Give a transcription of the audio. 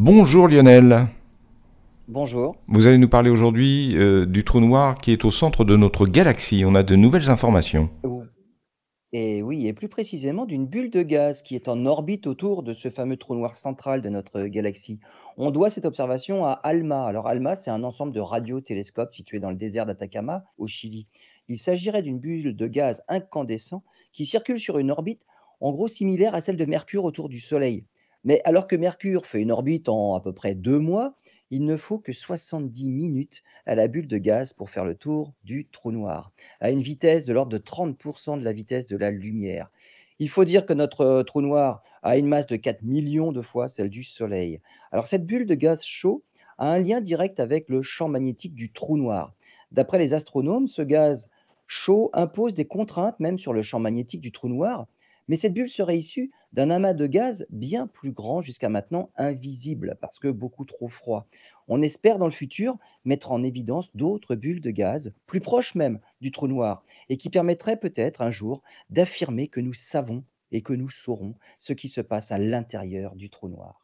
Bonjour Lionel, Bonjour. vous allez nous parler aujourd'hui du trou noir qui est au centre de notre galaxie. On a de nouvelles informations. Ou et oui, et plus précisément d'une bulle de gaz qui est en orbite autour de ce fameux trou noir central de notre galaxie. On doit cette observation à ALMA. Alors ALMA, c'est un ensemble de radiotélescopes situés dans le désert d'Atacama, au Chili. Il s'agirait d'une bulle de gaz incandescent qui circule sur une orbite en gros similaire à celle de Mercure autour du Soleil. Mais alors que Mercure fait une orbite en à peu près 2 mois, il ne faut que 70 minutes à la bulle de gaz pour faire le tour du trou noir à une vitesse de l'ordre de 30% de la vitesse de la lumière. Il faut dire que notre trou noir a une masse de 4 millions de fois celle du Soleil. Alors cette bulle de gaz chaud a un lien direct avec le champ magnétique du trou noir. D'après les astronomes, ce gaz chaud impose des contraintes même sur le champ magnétique du trou noir, mais cette bulle serait issue d'un amas de gaz bien plus grand, jusqu'à maintenant invisible, parce que beaucoup trop froid. On espère dans le futur mettre en évidence d'autres bulles de gaz, plus proches même du trou noir, et qui permettraient peut-être un jour d'affirmer que nous savons et que nous saurons ce qui se passe à l'intérieur du trou noir.